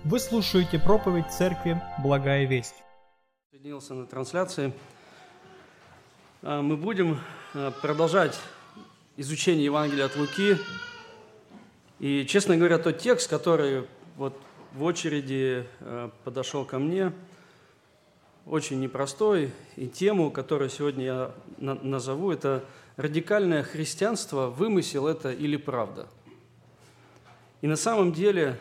Вы слушаете проповедь Церкви «Благая весть». Соединился на трансляции. Мы будем продолжать изучение Евангелия от Луки. И, честно говоря, тот текст, который вот в очереди подошел ко мне, очень непростой. И тему, которую сегодня я назову, это «Радикальное христианство. Вымысел это или правда?». И на самом деле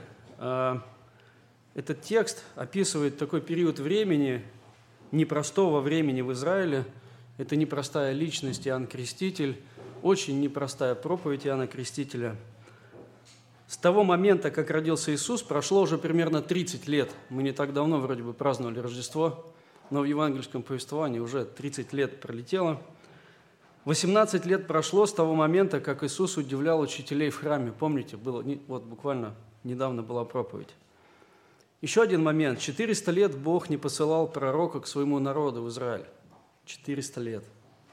этот текст описывает такой период времени, непростого времени в Израиле. Это непростая личность Иоанн Креститель, очень непростая проповедь Иоанна Крестителя. С того момента, как родился Иисус, прошло уже примерно 30 лет. Мы не так давно вроде бы праздновали Рождество, но в евангельском повествовании уже 30 лет пролетело. 18 лет прошло с того момента, как Иисус удивлял учителей в храме. Помните, было, вот буквально недавно была проповедь. Еще один момент. 400 лет Бог не посылал пророка к своему народу в Израиль. 400 лет.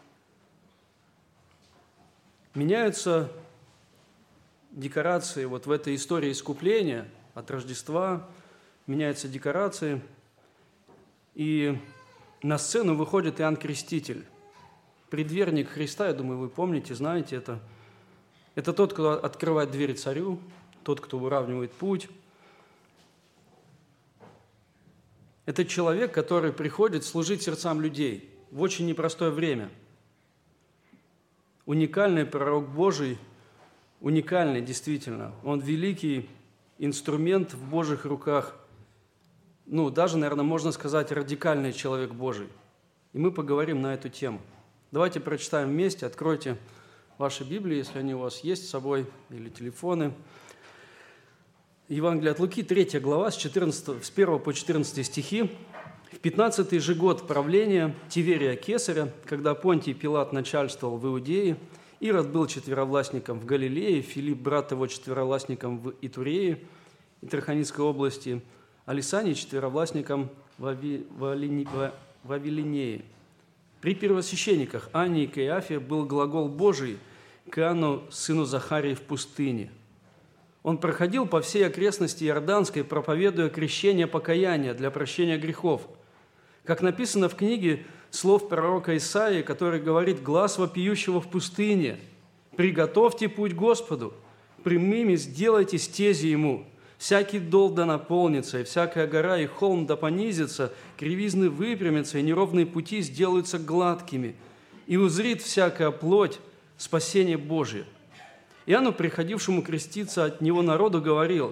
Меняются декорации вот в этой истории искупления от Рождества. Меняются декорации. И на сцену выходит Иоанн Креститель. Предверник Христа, я думаю, вы помните, знаете это. Это тот, кто открывает двери царю, тот, кто выравнивает путь. Это человек, который приходит служить сердцам людей в очень непростое время. Уникальный пророк Божий, уникальный действительно. Он великий инструмент в Божьих руках. Даже, наверное, можно сказать, радикальный человек Божий. И мы поговорим на эту тему. Давайте прочитаем вместе, откройте ваши Библии, если они у вас есть с собой, или телефоны. Евангелие от Луки, 3 глава, с 1 по 14 стихи. В 15-й же год правления Тиверия Кесаря, когда Понтий Пилат начальствовал в Иудее, Ирод был четверовластником в Галилее, Филипп, брат его, четверовластником в Итурее и Траханитской области, а Лисаний четверовластником в Авилинее. При первосвященниках Анне и Каиафе был глагол Божий к Иоанну, сыну Захарии, в пустыне. Он проходил по всей окрестности Иорданской, проповедуя крещение покаяния для прощения грехов. Как написано в книге слов пророка Исаии, который говорит: «Глас вопиющего в пустыне, приготовьте путь Господу, прямыми сделайте стези Ему. Всякий дол да наполнится, и всякая гора и холм да понизится, кривизны выпрямятся, и неровные пути сделаются гладкими, и узрит всякая плоть спасение Божие». Иоанну, приходившему креститься от него народу, говорил,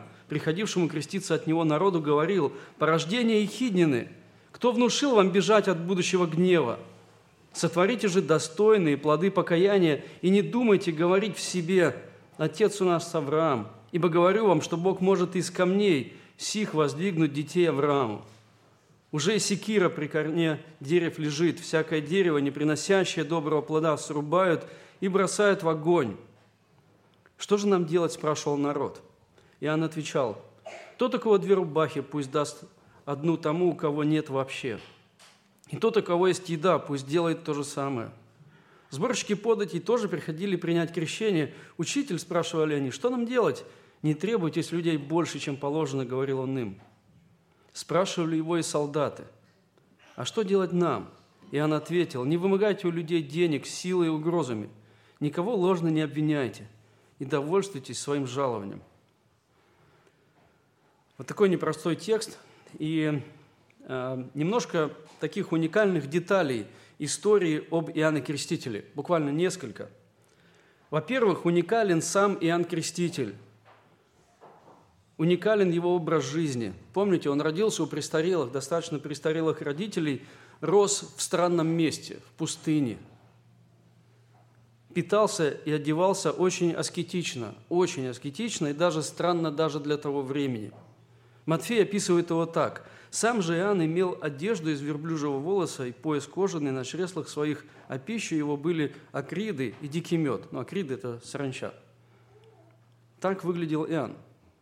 «Порождение Ехиднины, кто внушил вам бежать от будущего гнева? Сотворите же достойные плоды покаяния, и не думайте говорить в себе: Отец у нас Авраам, ибо говорю вам, что Бог может из камней сих воздвигнуть детей Аврааму. Уже секира при корне дерев лежит, всякое дерево, не приносящее доброго плода, срубают и бросают в огонь. Что же нам делать?» – спрашивал народ. Иоанн отвечал: «Тот, у кого 2 рубахи, пусть даст одну тому, у кого нет вообще. И тот, у кого есть еда, пусть делает то же самое». Сборщики податей тоже приходили принять крещение. «Учитель», – спрашивали они, – «что нам делать? Не требуйте с людей больше, чем положено», – говорил он им. Спрашивали его и солдаты: «А что делать нам?» Иоанн ответил: «Не вымогайте у людей денег силой и угрозами, никого ложно не обвиняйте и довольствуйтесь своим жалованием». Вот такой непростой текст и немножко таких уникальных деталей истории об Иоанне Крестителе, буквально несколько. Во-первых, уникален сам Иоанн Креститель, уникален его образ жизни. Помните, он родился у престарелых, достаточно престарелых родителей, рос в странном месте, в пустыне. Питался и одевался очень аскетично и даже странно даже для того времени. Матфей описывает его так: «Сам же Иоанн имел одежду из верблюжьего волоса и пояс кожаный на чреслах своих, а пищей его были акриды и дикий мед». Акриды – это саранча. Так выглядел Иоанн.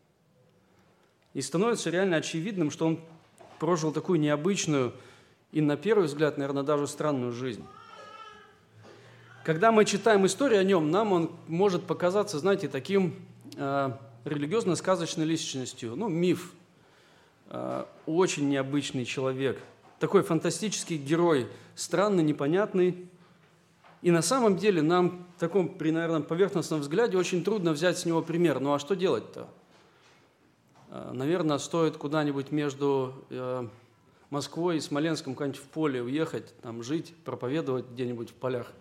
И становится реально очевидным, что он прожил такую необычную и, на первый взгляд, наверное, даже странную жизнь. Когда мы читаем историю о нем, нам он может показаться, знаете, таким религиозно-сказочной личностью, миф. очень необычный человек, такой фантастический герой, странный, непонятный. И на самом деле нам в таком, при, наверное, поверхностном взгляде очень трудно взять с него пример. Ну а что делать-то? Наверное, стоит куда-нибудь между Москвой и Смоленском куда-нибудь в поле уехать, там жить, проповедовать где-нибудь в полях.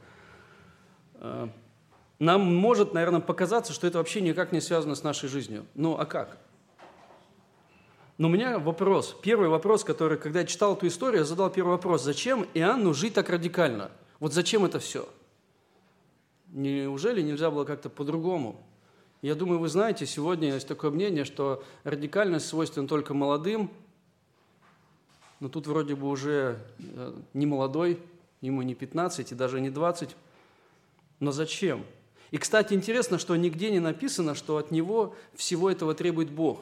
Нам может, наверное, показаться, что это вообще никак не связано с нашей жизнью. Ну а как? Но у меня вопрос, первый вопрос, который, когда я читал эту историю, я задал первый вопрос. Зачем Иоанну жить так радикально? Вот зачем это все? Неужели нельзя было как-то по-другому? Я думаю, вы знаете, сегодня есть такое мнение, что радикальность свойственна только молодым, но тут вроде бы уже не молодой, ему не 15 и даже не 20. Но зачем? И, кстати, интересно, что нигде не написано, что от него всего этого требует Бог.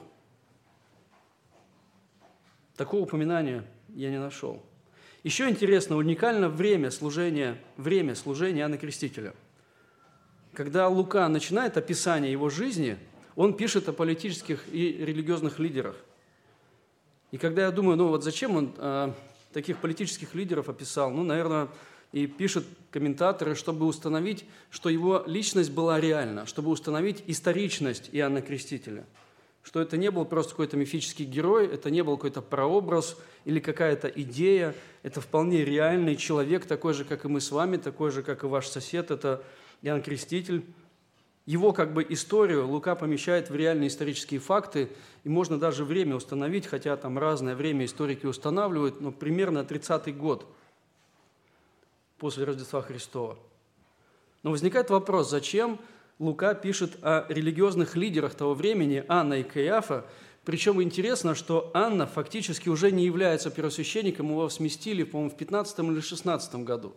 Такого упоминания я не нашел. Еще интересно, уникально время служения Иоанна Крестителя. Когда Лука начинает описание его жизни, он пишет о политических и религиозных лидерах. И когда я думаю, ну вот зачем он таких политических лидеров описал, ну, наверное, и пишут комментаторы, чтобы установить, что его личность была реальна, чтобы установить историчность Иоанна Крестителя, что это не был просто какой-то мифический герой, это не был какой-то прообраз или какая-то идея, это вполне реальный человек, такой же, как и мы с вами, такой же, как и ваш сосед, это Иоанн Креститель. Его как бы историю Лука помещает в реальные исторические факты, и можно даже время установить, хотя там разное время историки устанавливают, но примерно 30-й год после Рождества Христова. Но возникает вопрос, зачем Лука пишет о религиозных лидерах того времени, Анна и Каиафа, причем интересно, что Анна фактически уже не является первосвященником, его сместили, по-моему, в 15 или 16 году.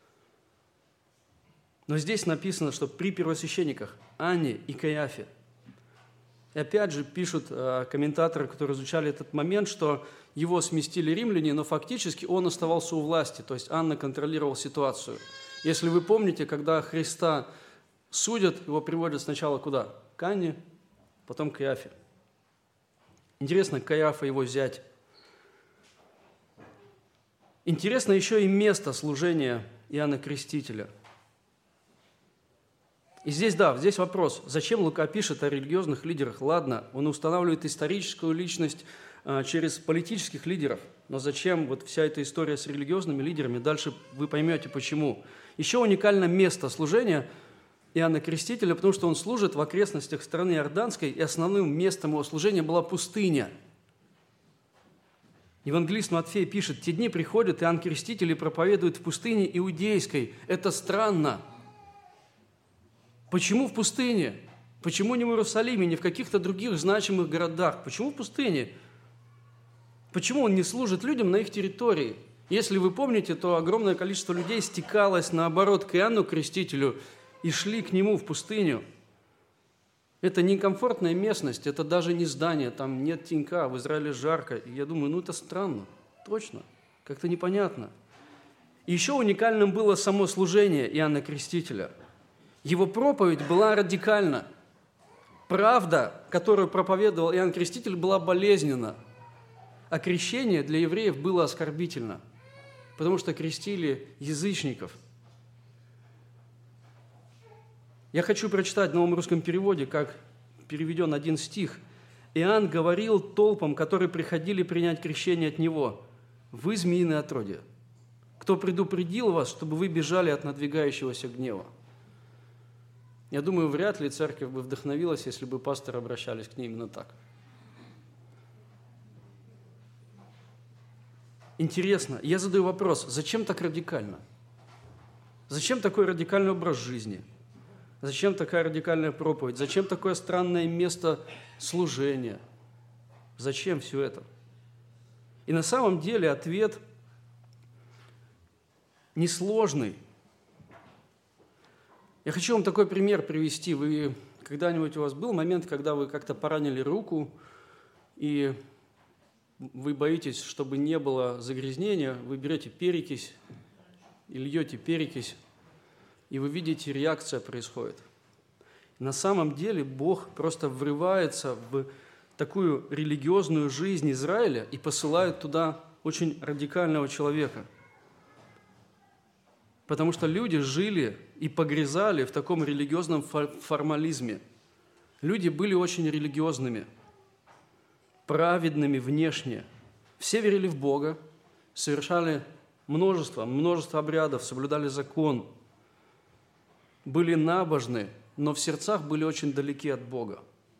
Но здесь написано, что при первосвященниках Анне и Каиафе. И опять же пишут комментаторы, которые изучали этот момент, что его сместили римляне, но фактически он оставался у власти, то есть Анна контролировала ситуацию. Если вы помните, когда Христа судят, его приводят сначала куда? К Анне, потом к Каиафе. Интересно, Каиафа его зять. Интересно еще и место служения Иоанна Крестителя. И здесь, да, здесь вопрос, зачем Лука пишет о религиозных лидерах? Ладно, он устанавливает историческую личность через политических лидеров, но зачем вот вся эта история с религиозными лидерами? Дальше вы поймете, почему. Еще уникально место служения Иоанна Крестителя, потому что он служит в окрестностях страны Иорданской, и основным местом его служения была пустыня. Евангелист Матфей пишет, в те дни приходит Иоанн Креститель и проповедует в пустыне Иудейской. Это странно. Почему в пустыне? Почему не в Иерусалиме, не в каких-то других значимых городах? Почему в пустыне? Почему он не служит людям на их территории? Если вы помните, то огромное количество людей стекалось, наоборот, к Иоанну Крестителю и шли к нему в пустыню. Это некомфортная местность, это даже не здание, там нет тенька, в Израиле жарко. И я думаю, ну это странно, точно, как-то непонятно. И еще уникальным было само служение Иоанна Крестителя. Его проповедь была радикальна. Правда, которую проповедовал Иоанн Креститель, была болезненна. А крещение для евреев было оскорбительно, потому что крестили язычников. Я хочу прочитать в новом русском переводе, как переведен один стих. Иоанн говорил толпам, которые приходили принять крещение от него: «Вы змеиное отродье. Кто предупредил вас, чтобы вы бежали от надвигающегося гнева?» Я думаю, вряд ли церковь бы вдохновилась, если бы пасторы обращались к ней именно так. Интересно, я задаю вопрос, зачем так радикально? Зачем такой радикальный образ жизни? Зачем такая радикальная проповедь? Зачем такое странное место служения? Зачем все это? И на самом деле ответ несложный. Я хочу вам такой пример привести. Вы когда-нибудь у вас был момент, когда вы как-то поранили руку, и вы боитесь, чтобы не было загрязнения, вы берете перекись и льете перекись, и вы видите, реакция происходит. На самом деле Бог просто врывается в такую религиозную жизнь Израиля и посылают туда очень радикального человека. Потому что люди жили и погрязали в таком религиозном формализме. Люди были очень религиозными, праведными внешне. Все верили в Бога, совершали множество обрядов, соблюдали закон, были набожны, но в сердцах были очень далеки от Бога.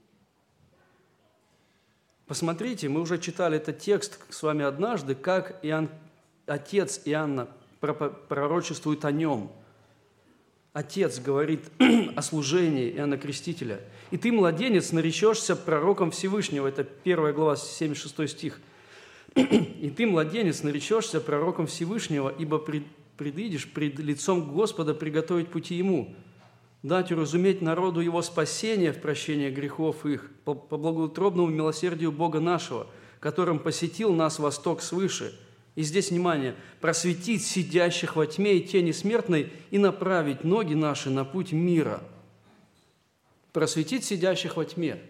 Посмотрите, мы уже читали этот текст с вами однажды, как отец Иоанна пророчествует о нем. Отец говорит о служении Иоанна Крестителя. «И ты, младенец, наречешься пророком Всевышнего». Это 1 глава, 76 стих. «И ты, младенец, наречешься пророком Всевышнего, ибо предыдешь пред лицом Господа приготовить пути Ему, дать уразуметь народу Его спасение в прощении грехов их, по благоутробному милосердию Бога нашего, которым посетил нас восток свыше». И здесь, внимание, «просветить сидящих во тьме и тени смертной и направить ноги наши на путь мира». Просветить сидящих во тьме.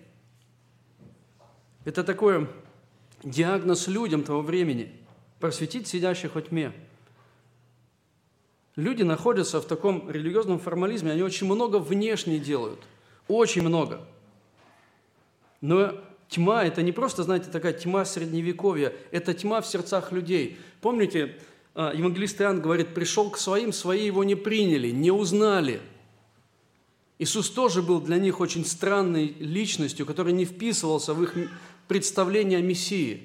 Это такой диагноз людям того времени. Просветить сидящих во тьме. Люди находятся в таком религиозном формализме, они очень много внешне делают, очень много. Но тьма – это не просто, знаете, такая тьма средневековья, это тьма в сердцах людей. Помните, евангелист Иоанн говорит, пришел к своим, свои его не приняли, не узнали. Иисус тоже был для них очень странной личностью, который не вписывался в их представление о Мессии.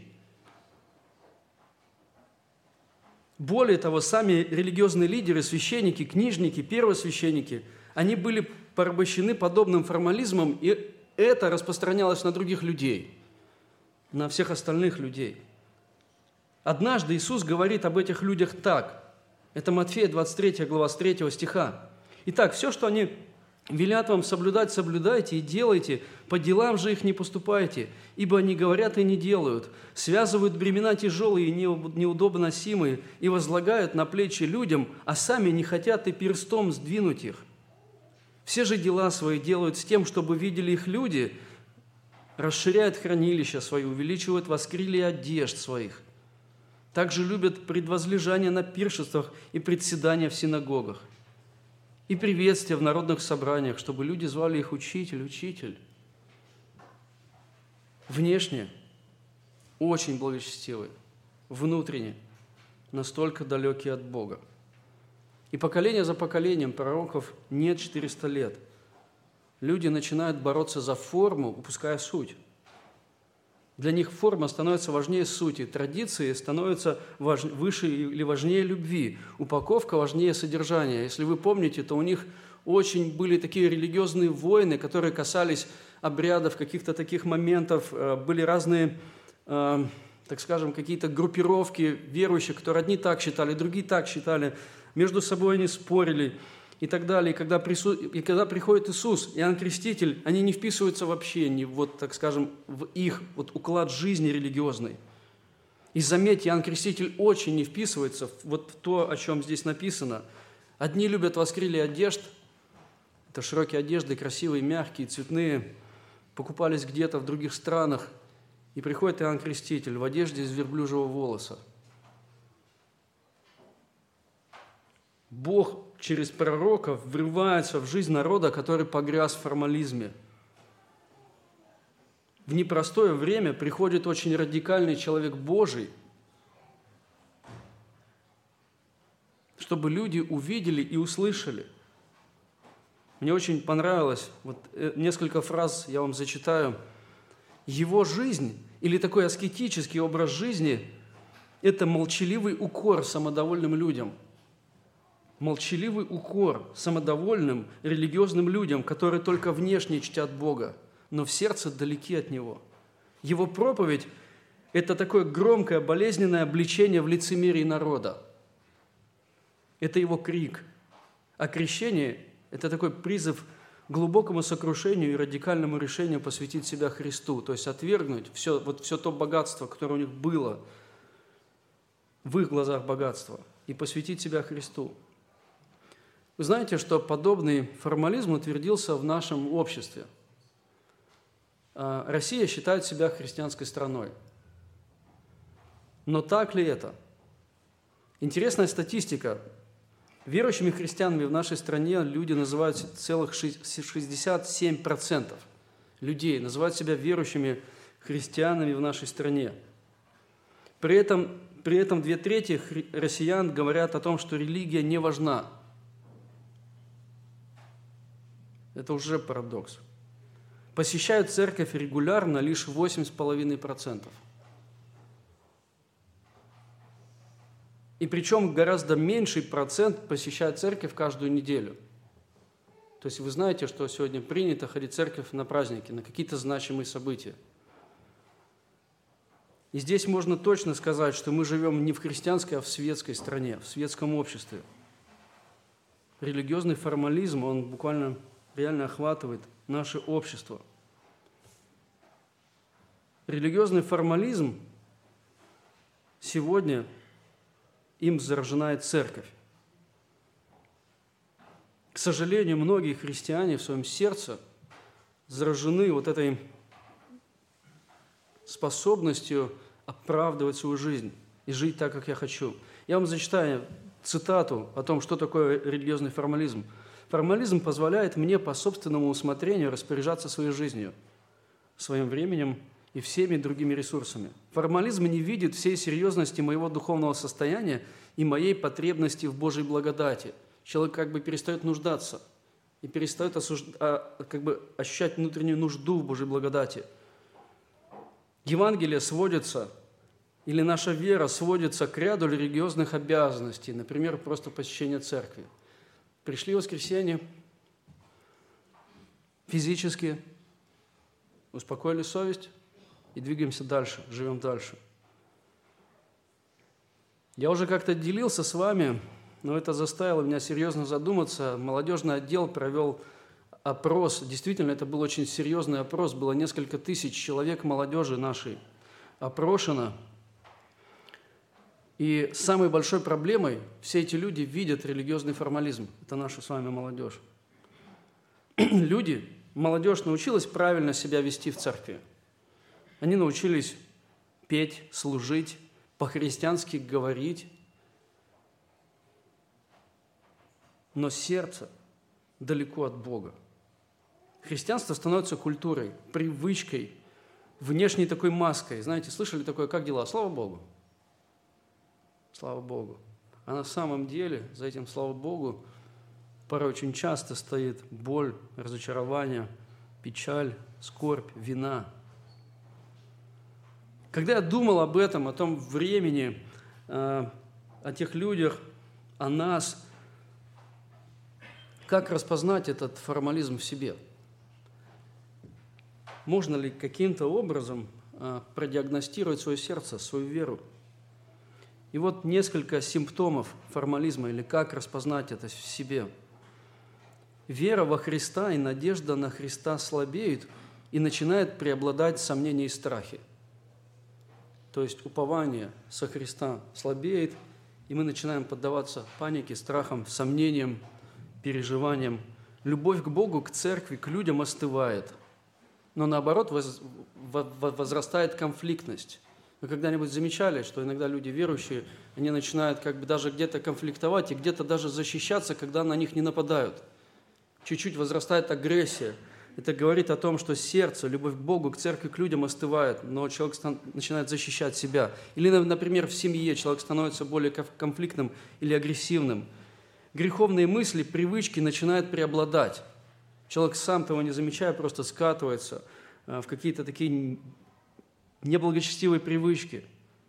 Более того, сами религиозные лидеры, священники, книжники, первосвященники, они были порабощены подобным формализмом, и это распространялось на других людей, на всех остальных людей. Однажды Иисус говорит об этих людях так. Это Матфея, 23 глава, с 3 стиха. «Итак, все, что они велят вам соблюдать, соблюдайте и делайте, по делам же их не поступайте, ибо они говорят и не делают, связывают бремена тяжелые и неудобно носимые и возлагают на плечи людям, а сами не хотят и перстом сдвинуть их. Все же дела свои делают с тем, чтобы видели их люди, расширяют хранилища свои, увеличивают воскрилия одежд своих. Также любят предвозлежание на пиршествах и председания в синагогах, и приветствия в народных собраниях, чтобы люди звали их учитель, учитель. Внешне очень благочестивые, внутренне настолько далекие от Бога. И поколение за поколением пророков нет 400 лет. Люди начинают бороться за форму, упуская суть. Для них форма становится важнее сути, традиции становятся выше или важнее любви, упаковка важнее содержания. Если вы помните, то у них очень были такие религиозные войны, которые касались обрядов, каких-то таких моментов, были разные, так скажем, какие-то группировки верующих, которые одни так считали, другие так считали, между собой они спорили и так далее. И когда приходит Иисус, Иоанн Креститель, они не вписываются вообще не вот, так скажем, в их вот уклад жизни религиозный. И заметьте, Иоанн Креститель очень не вписывается вот в то, о чем здесь написано. Одни любят воскрилия одежд, это широкие одежды, красивые, мягкие, цветные, покупались где-то в других странах. И приходит Иоанн Креститель в одежде из верблюжьего волоса. Бог через пророков врывается в жизнь народа, который погряз в формализме. В непростое время приходит очень радикальный человек Божий, чтобы люди увидели и услышали. Мне очень понравилось, вот несколько фраз я вам зачитаю. Его жизнь или такой аскетический образ жизни – это молчаливый укор самодовольным людям. Молчаливый укор самодовольным религиозным людям, которые только внешне чтят Бога, но в сердце далеки от Него. Его проповедь – это такое громкое, болезненное обличение в лицемерии народа. Это его крик. А крещение – это такой призыв к глубокому сокрушению и радикальному решению посвятить себя Христу, то есть отвергнуть все то богатство, которое у них было, в их глазах богатство, и посвятить себя Христу. Вы знаете, что подобный формализм утвердился в нашем обществе. Россия считает себя христианской страной. Но так ли это? Интересная статистика. Верующими христианами в нашей стране люди называют целых 67% людей называют себя верующими христианами в нашей стране. При этом 2/3 россиян говорят о том, что религия не важна. Это уже парадокс. Посещают церковь регулярно лишь 8,5%. И причем гораздо меньший процент посещает церковь каждую неделю. То есть вы знаете, что сегодня принято ходить в церковь на праздники, на какие-то значимые события. И здесь можно точно сказать, что мы живем не в христианской, а в светской стране, в светском обществе. Религиозный формализм, он буквально реально охватывает наше общество. Религиозный формализм сегодня им заражена церковь. К сожалению, многие христиане в своем сердце заражены вот этой способностью оправдывать свою жизнь и жить так, как я хочу. Я вам зачитаю цитату о том, что такое религиозный формализм. Формализм позволяет мне по собственному усмотрению распоряжаться своей жизнью, своим временем и всеми другими ресурсами. Формализм не видит всей серьезности моего духовного состояния и моей потребности в Божьей благодати. Человек как бы перестает нуждаться и перестает ощущать внутреннюю нужду в Божьей благодати. Евангелие сводится, или наша вера сводится к ряду религиозных обязанностей, например, просто посещение церкви. Пришли в воскресенье, физически успокоили совесть и двигаемся дальше, живем дальше. Я уже как-то делился с вами, но это заставило меня серьезно задуматься. Молодежный отдел провел опрос. Действительно, это был очень серьезный опрос. Было несколько тысяч человек молодежи нашей опрошено. И самой большой проблемой все эти люди видят религиозный формализм. Это наша с вами молодежь. Молодежь научилась правильно себя вести в церкви. Они научились петь, служить, по-христиански говорить. Но сердце далеко от Бога. Христианство становится культурой, привычкой, внешней такой маской. Знаете, слышали такое, как дела? Слава Богу. Слава Богу. А на самом деле за этим «слава Богу» порой очень часто стоит боль, разочарование, печаль, скорбь, вина. Когда я думал об этом, о том времени, о тех людях, о нас, как распознать этот формализм в себе? Можно ли каким-то образом продиагностировать свое сердце, свою веру? И вот несколько симптомов формализма, или как распознать это в себе. Вера во Христа и надежда на Христа слабеют, и начинает преобладать сомнения и страхи. То есть упование со Христа слабеет, и мы начинаем поддаваться панике, страхам, сомнениям, переживаниям. Любовь к Богу, к церкви, к людям остывает. Но наоборот, возрастает конфликтность. Вы когда-нибудь замечали, что иногда люди верующие, они начинают даже где-то конфликтовать и где-то даже защищаться, когда на них не нападают. Чуть-чуть возрастает агрессия. Это говорит о том, что сердце, любовь к Богу, к церкви, к людям остывает, но человек начинает защищать себя. Или, например, в семье человек становится более конфликтным или агрессивным. Греховные мысли, привычки начинают преобладать. Человек, сам того не замечая, просто скатывается в какие-то такие неблагочестивые привычки.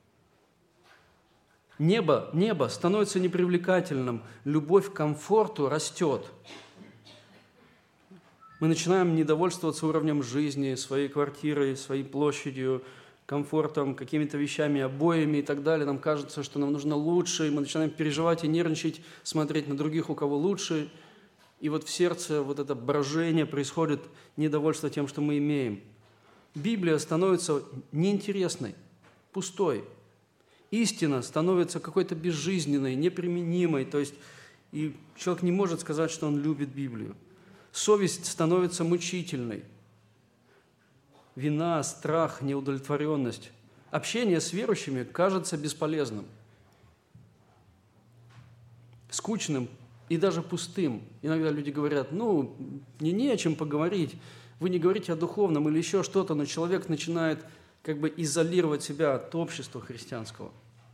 Небо становится непривлекательным, любовь к комфорту растет. Мы начинаем недовольствоваться уровнем жизни, своей квартирой, своей площадью, комфортом, какими-то вещами, обоями и так далее. Нам кажется, что нам нужно лучше, и мы начинаем переживать и нервничать, смотреть на других, у кого лучше. И вот в сердце вот это брожение происходит, недовольство тем, что мы имеем. Библия становится неинтересной, пустой. Истина становится какой-то безжизненной, неприменимой. То есть и человек не может сказать, что он любит Библию. Совесть становится мучительной. вина, страх, неудовлетворенность. Общение с верующими кажется бесполезным, скучным и даже пустым. Иногда люди говорят, мне не о чем поговорить, вы не говорите о духовном или еще что-то, но человек начинает как бы изолировать себя от общества христианского.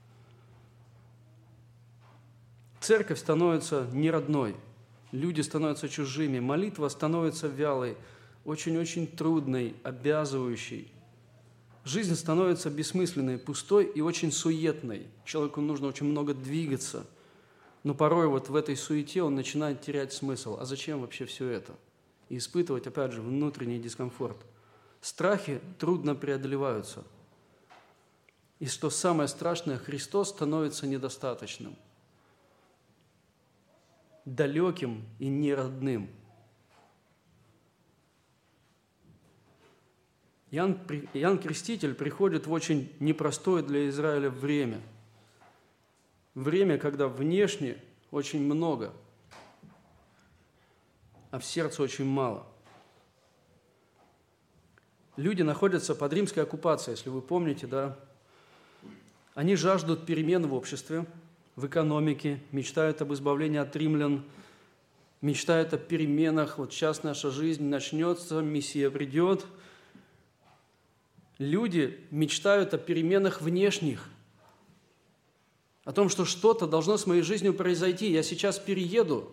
Церковь становится неродной, люди становятся чужими, молитва становится вялой, очень-очень трудной, обязывающей. Жизнь становится бессмысленной, пустой и очень суетной. Человеку нужно очень много двигаться, но порой вот в этой суете он начинает терять смысл. А зачем вообще все это? И испытывать, опять же, внутренний дискомфорт. Страхи трудно преодолеваются. И что самое страшное, Христос становится недостаточным, далеким и неродным. Иоанн Креститель приходит в очень непростое для Израиля время. Время, когда внешне очень много, а в сердце очень мало. Люди находятся под римской оккупацией, если вы помните, да? Они жаждут перемен в обществе, в экономике, мечтают об избавлении от римлян, мечтают о переменах. Вот сейчас наша жизнь начнется, Мессия придет. Люди мечтают о переменах внешних, о том, что что-то должно с моей жизнью произойти. Я сейчас перееду,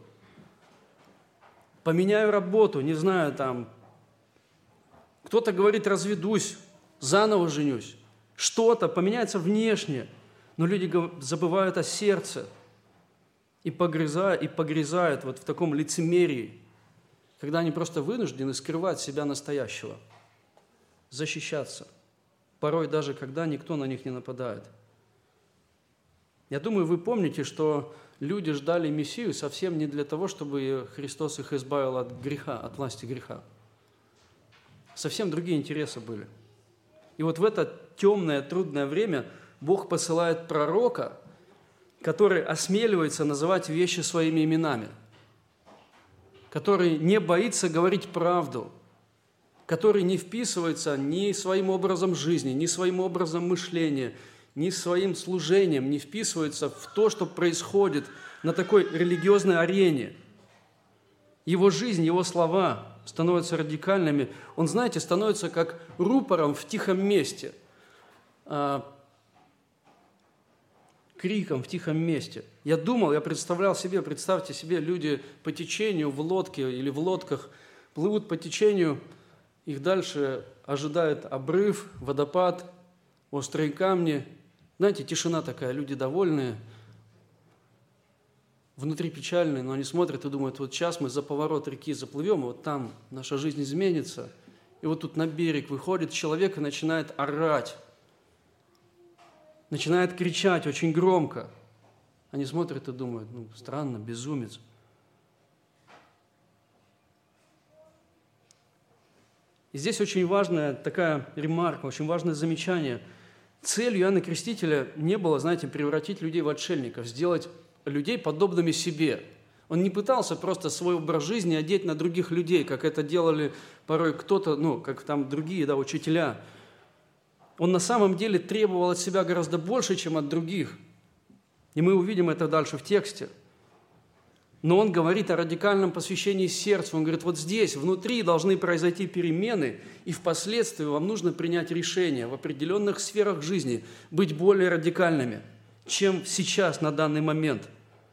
поменяю работу, не знаю, там, кто-то говорит, разведусь, заново женюсь. Что-то поменяется внешне, но люди забывают о сердце и погрязают вот в таком лицемерии, когда они просто вынуждены скрывать себя настоящего, защищаться, порой даже когда никто на них не нападает. Я думаю, вы помните, что люди ждали Мессию совсем не для того, чтобы Христос их избавил от греха, от власти греха. Совсем другие интересы были. И вот в это темное, трудное время Бог посылает пророка, который осмеливается называть вещи своими именами, который не боится говорить правду, который не вписывается ни своим образом жизни, ни своим образом мышления, ни своим служением, не вписывается в то, что происходит на такой религиозной арене. Его жизнь, его слова становятся радикальными. Он, знаете, становится как рупором в тихом месте, криком в тихом месте. Я представлял себе, представьте себе, люди по течению в лодке или в лодках плывут по течению, их дальше ожидает обрыв, водопад, острые камни. Знаете, тишина такая, люди довольные, внутри печальные, но они смотрят и думают, вот сейчас мы за поворот реки заплывем, и вот там наша жизнь изменится. И вот тут на берег выходит человек и начинает орать, начинает кричать очень громко. Они смотрят и думают, странно, безумец. И здесь очень важная такая ремарка, очень важное замечание. Целью Иоанна Крестителя не было, знаете, превратить людей в отшельников, сделать людей подобными себе. Он не пытался просто свой образ жизни одеть на других людей, как это делали порой кто-то, как там другие, учителя. Он на самом деле требовал от себя гораздо больше, чем от других. И мы увидим это дальше в тексте. Но он говорит о радикальном посвящении сердцу. Он говорит, вот здесь, внутри должны произойти перемены, и впоследствии вам нужно принять решение в определенных сферах жизни, быть более радикальными, чем сейчас, на данный момент.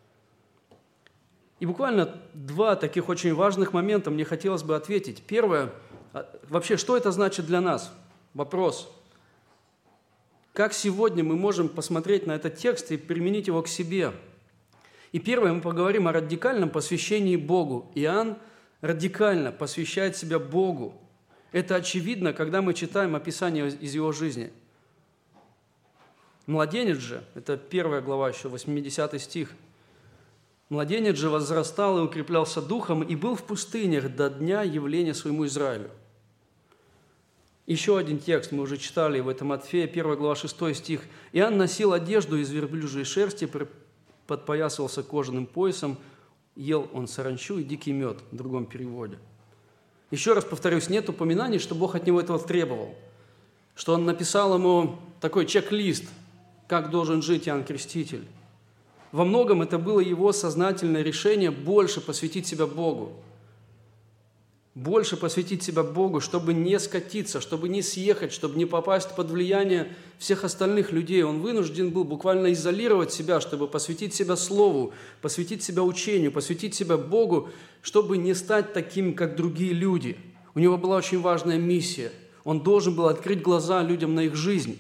И буквально два таких очень важных момента мне хотелось бы ответить. Первое, вообще, что это значит для нас? Вопрос. Как сегодня мы можем посмотреть на этот текст и применить его к себе? И первое, мы поговорим о радикальном посвящении Богу. Иоанн радикально посвящает себя Богу. Это очевидно, когда мы читаем описание из его жизни. Младенец же, это 1 глава еще, 80 стих. «Младенец же возрастал и укреплялся духом, и был в пустынях до дня явления своему Израилю». Еще один текст мы уже читали в этом Матфея, 1 глава, 6 стих. «Иоанн носил одежду из верблюжьей шерсти, подпоясывался кожаным поясом, ел он саранчу и дикий мед», в другом переводе. Еще раз повторюсь, нет упоминаний, что Бог от него этого требовал, что Он написал ему такой чек-лист, как должен жить Иоанн Креститель. Во многом это было его сознательное решение больше посвятить себя Богу. Больше посвятить себя Богу, чтобы не скатиться, чтобы не съехать, чтобы не попасть под влияние всех остальных людей. Он вынужден был буквально изолировать себя, чтобы посвятить себя Слову, посвятить себя учению, посвятить себя Богу, чтобы не стать таким, как другие люди. У него была очень важная миссия. Он должен был открыть глаза людям на их жизнь.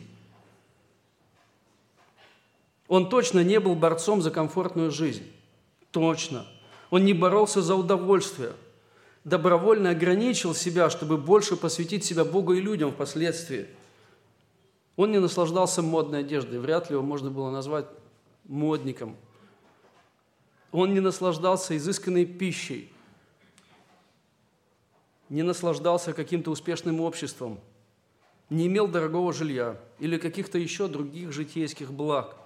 Он точно не был борцом за комфортную жизнь. Точно. Он не боролся за удовольствие. Добровольно ограничил себя, чтобы больше посвятить себя Богу и людям впоследствии. Он не наслаждался модной одеждой, вряд ли его можно было назвать модником. Он не наслаждался изысканной пищей, не наслаждался каким-то успешным обществом, не имел дорогого жилья или каких-то еще других житейских благ.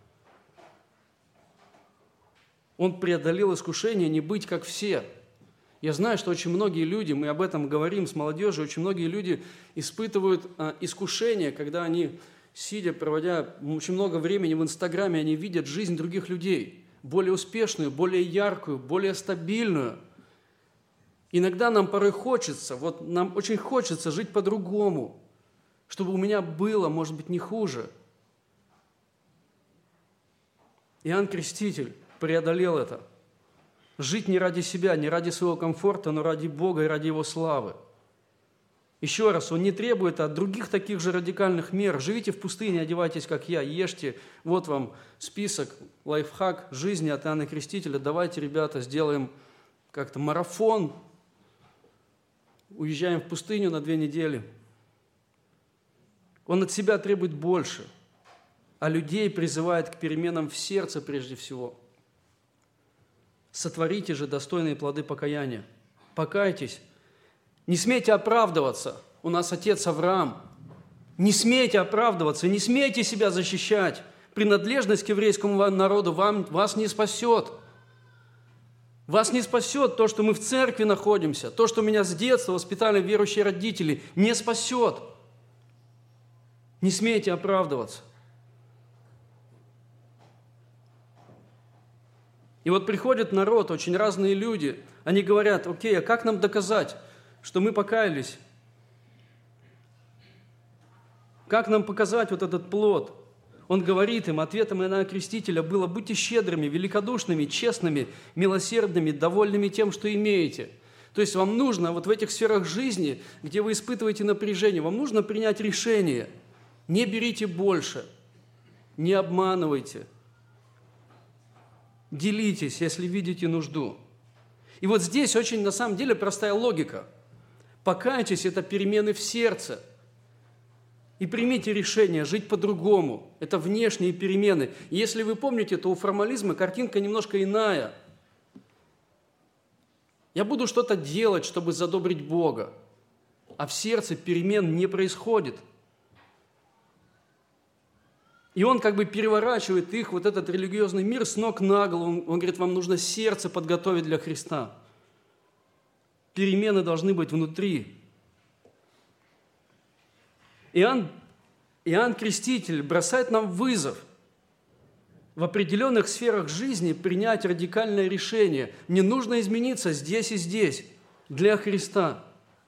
Он преодолел искушение не быть как все. Я знаю, что очень многие люди, мы об этом говорим с молодежью, очень многие люди испытывают искушение, когда они, сидя, проводя очень много времени в Инстаграме, они видят жизнь других людей, более успешную, более яркую, более стабильную. Иногда нам порой хочется, нам очень хочется жить по-другому, чтобы у меня было, может быть, не хуже. Иоанн Креститель преодолел это. Жить не ради себя, не ради своего комфорта, но ради Бога и ради Его славы. Еще раз, Он не требует от других таких же радикальных мер. Живите в пустыне, одевайтесь, как я, ешьте. Вот вам список, лайфхак жизни от Иоанна Крестителя. Давайте, ребята, сделаем как-то марафон. Уезжаем в пустыню на 2 недели. Он от себя требует больше, а людей призывает к переменам в сердце прежде всего. Сотворите же достойные плоды покаяния. Покайтесь. Не смейте оправдываться. У нас отец Авраам. Не смейте оправдываться, не смейте себя защищать. Принадлежность к еврейскому народу вас не спасет. Вас не спасет то, что мы в церкви находимся, то, что меня с детства воспитали верующие родители, не спасет. Не смейте оправдываться. И вот приходит народ, очень разные люди, они говорят: окей, а как нам доказать, что мы покаялись? Как нам показать вот этот плод? Он говорит им, ответом Иоанна Крестителя было: будьте щедрыми, великодушными, честными, милосердными, довольными тем, что имеете. То есть вам нужно вот в этих сферах жизни, где вы испытываете напряжение, вам нужно принять решение. Не берите больше, не обманывайте. Делитесь, если видите нужду. И вот здесь очень, на самом деле, простая логика. Покайтесь – это перемены в сердце. И примите решение жить по-другому. Это внешние перемены. И если вы помните, то у формализма картинка немножко иная. Я буду что-то делать, чтобы задобрить Бога. А в сердце перемен не происходит. И он как бы переворачивает их, вот этот религиозный мир, с ног на голову. Он говорит, вам нужно сердце подготовить для Христа. Перемены должны быть внутри. Иоанн Креститель бросает нам вызов в определенных сферах жизни принять радикальное решение. Не нужно измениться здесь и здесь для Христа.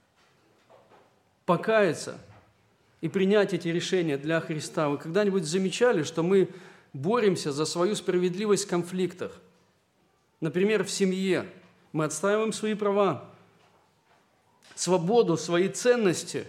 Покаяться и принять эти решения для Христа. Вы когда-нибудь замечали, что мы боремся за свою справедливость в конфликтах? Например, в семье мы отстаиваем свои права, свободу, свои ценности.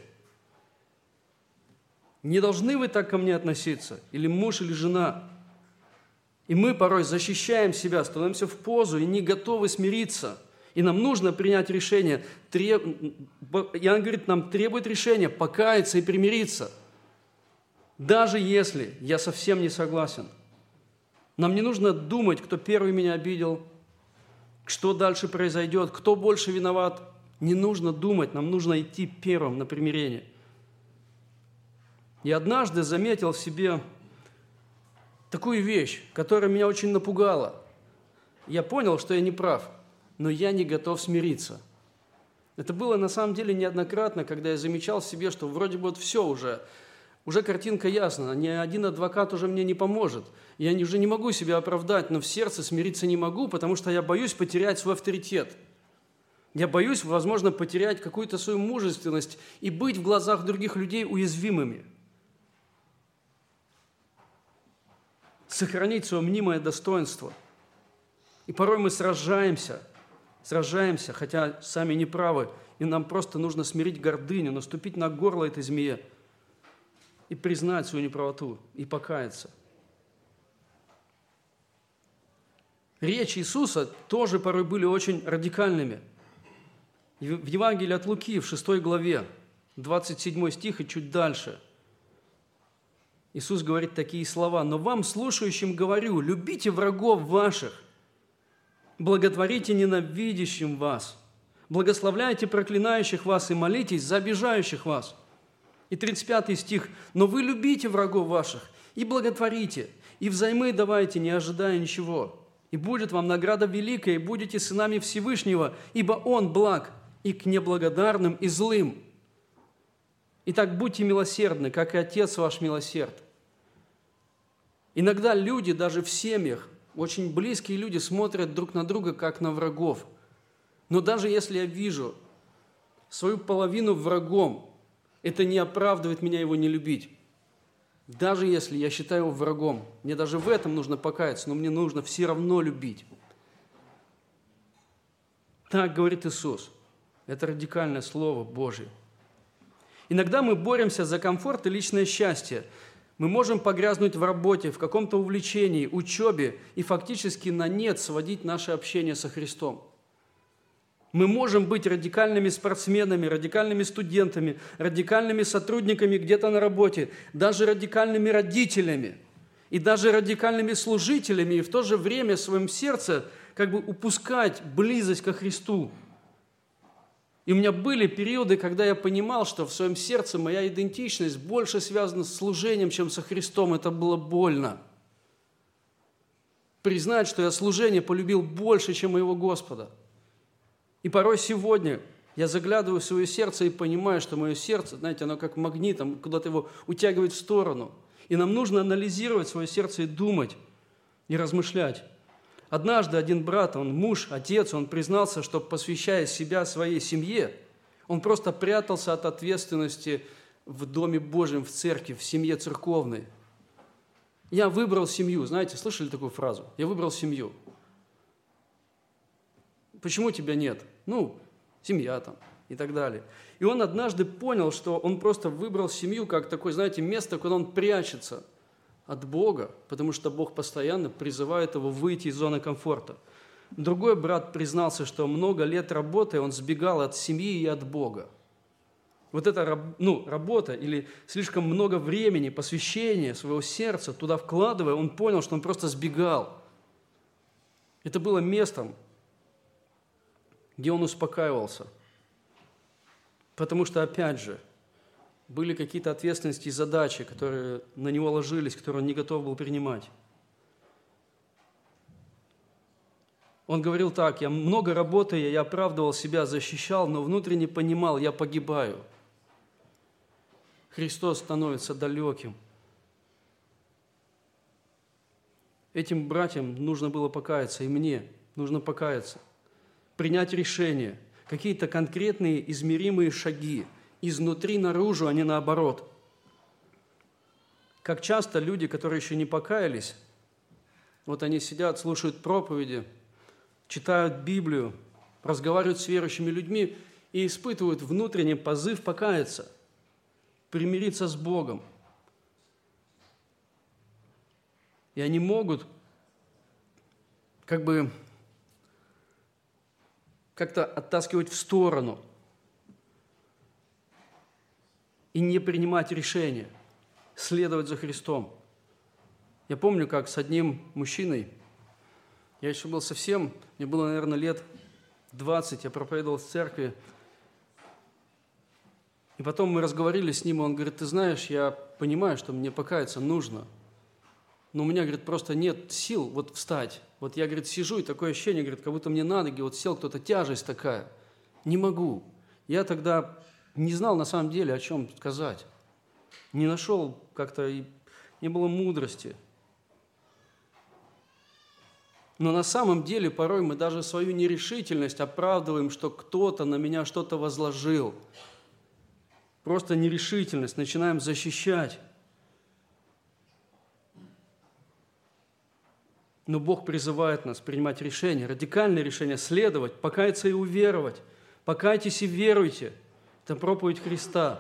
Не должны вы так ко мне относиться, или муж, или жена. И мы порой защищаем себя, становимся в позу и не готовы смириться. И нам нужно принять решение. Иоанн говорит, нам требует решения покаяться и примириться. Даже если я совсем не согласен. Нам не нужно думать, кто первый меня обидел, что дальше произойдет, кто больше виноват. Не нужно думать, нам нужно идти первым на примирение. Я однажды заметил в себе такую вещь, которая меня очень напугала. Я понял, что я не прав, но я не готов смириться. Это было на самом деле неоднократно, когда я замечал в себе, что вроде бы вот все уже картинка ясна, ни один адвокат уже мне не поможет. Я уже не могу себя оправдать, но в сердце смириться не могу, потому что я боюсь потерять свой авторитет. Я боюсь, возможно, потерять какую-то свою мужественность и быть в глазах других людей уязвимыми. Сохранить свое мнимое достоинство. И порой мы сражаемся, хотя сами не правы, и нам просто нужно смирить гордыню, наступить на горло этой змее и признать свою неправоту, и покаяться. Речи Иисуса тоже порой были очень радикальными. В Евангелии от Луки, в 6 главе, 27 стих и чуть дальше, Иисус говорит такие слова: «Но вам, слушающим, говорю, любите врагов ваших, благотворите ненавидящим вас, благословляйте проклинающих вас и молитесь за обижающих вас». И 35 стих: «Но вы любите врагов ваших и благотворите, и взаймы давайте, не ожидая ничего. И будет вам награда великая, и будете сынами Всевышнего, ибо Он благ и к неблагодарным и злым. Итак, будьте милосердны, как и Отец ваш милосерд». Иногда люди, даже в семьях, очень близкие люди, смотрят друг на друга, как на врагов. Но даже если я вижу свою половину врагом, это не оправдывает меня его не любить. Даже если я считаю его врагом, мне даже в этом нужно покаяться, но мне нужно все равно любить. Так говорит Иисус. Это радикальное Слово Божие. Иногда мы боремся за комфорт и личное счастье. Мы можем погрязнуть в работе, в каком-то увлечении, учебе и фактически на нет сводить наше общение со Христом. Мы можем быть радикальными спортсменами, радикальными студентами, радикальными сотрудниками где-то на работе, даже радикальными родителями и даже радикальными служителями, и в то же время в своем сердце как бы упускать близость ко Христу. И у меня были периоды, когда я понимал, что в своем сердце моя идентичность больше связана с служением, чем со Христом. Это было больно. Признать, что я служение полюбил больше, чем моего Господа. И порой сегодня я заглядываю в свое сердце и понимаю, что мое сердце, знаете, оно как магнитом, куда-то его утягивает в сторону. И нам нужно анализировать свое сердце и думать, и размышлять. Однажды один брат, он муж, отец, он признался, что, посвящая себя своей семье, он просто прятался от ответственности в Доме Божьем, в церкви, в семье церковной. Я выбрал семью. Знаете, слышали такую фразу? Я выбрал семью. Почему тебя нет? Семья там и так далее. И он однажды понял, что он просто выбрал семью как такое, знаете, место, куда он прячется от Бога, потому что Бог постоянно призывает его выйти из зоны комфорта. Другой брат признался, что много лет работая, он сбегал от семьи и от Бога. Вот эта работа или слишком много времени, посвящения своего сердца туда вкладывая, он понял, что он просто сбегал. Это было местом, где он успокаивался. Потому что, опять же, были какие-то ответственности и задачи, которые на него ложились, которые он не готов был принимать. Он говорил так: «Я много работая, я оправдывал себя, защищал, но внутренне понимал, я погибаю. Христос становится далеким». Этим братьям нужно было покаяться, и мне нужно покаяться. Принять решение, какие-то конкретные измеримые шаги, изнутри наружу, а не наоборот. Как часто люди, которые еще не покаялись, вот они сидят, слушают проповеди, читают Библию, разговаривают с верующими людьми и испытывают внутренний позыв покаяться, примириться с Богом. И они могут как-то оттаскивать в сторону и не принимать решения, следовать за Христом. Я помню, как с одним мужчиной, я еще был мне было, наверное, лет 20, я проповедовал в церкви, и потом мы разговаривали с ним, и он говорит: «Ты знаешь, я понимаю, что мне покаяться нужно, но у меня, говорит, просто нет сил встать. Я, говорит, сижу, и такое ощущение, говорит, как будто мне на ноги сел кто-то, тяжесть такая. Не могу. Я тогда не знал на самом деле, о чем сказать. Не нашел как-то, не было мудрости. Но на самом деле порой мы даже свою нерешительность оправдываем, что кто-то на меня что-то возложил. Просто нерешительность начинаем защищать. Но Бог призывает нас принимать решения, радикальные решения, следовать, покаяться и уверовать. Покайтесь и веруйте. Это проповедь Христа.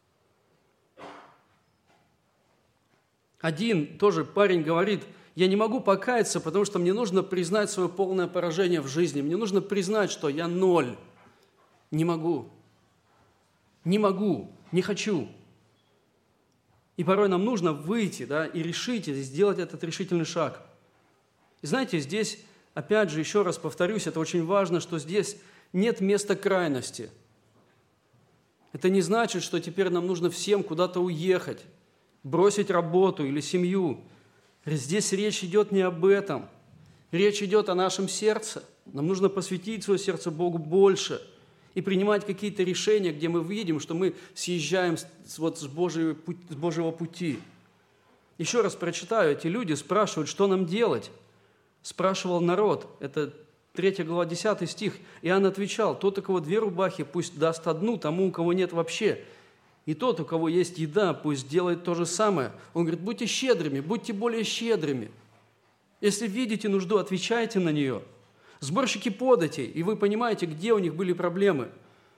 Один тоже парень говорит: я не могу покаяться, потому что мне нужно признать свое полное поражение в жизни. Мне нужно признать, что я ноль. Не могу. Не могу. Не хочу. И порой нам нужно выйти, и решить, и сделать этот решительный шаг. И знаете, здесь, опять же, еще раз повторюсь, это очень важно, что здесь нет места крайности. Это не значит, что теперь нам нужно всем куда-то уехать, бросить работу или семью. Здесь речь идет не об этом. Речь идет о нашем сердце. Нам нужно посвятить свое сердце Богу больше и принимать какие-то решения, где мы видим, что мы съезжаем с Божьего пути. Еще раз прочитаю. Эти люди спрашивают, что нам делать. Спрашивал народ. Это 3 глава, 10 стих. Иоанн отвечал: тот, у кого 2 рубахи, пусть даст одну тому, у кого нет вообще. И тот, у кого есть еда, пусть делает то же самое. Он говорит: будьте щедрыми, будьте более щедрыми. Если видите нужду, отвечайте на нее. Сборщики податей, и вы понимаете, где у них были проблемы.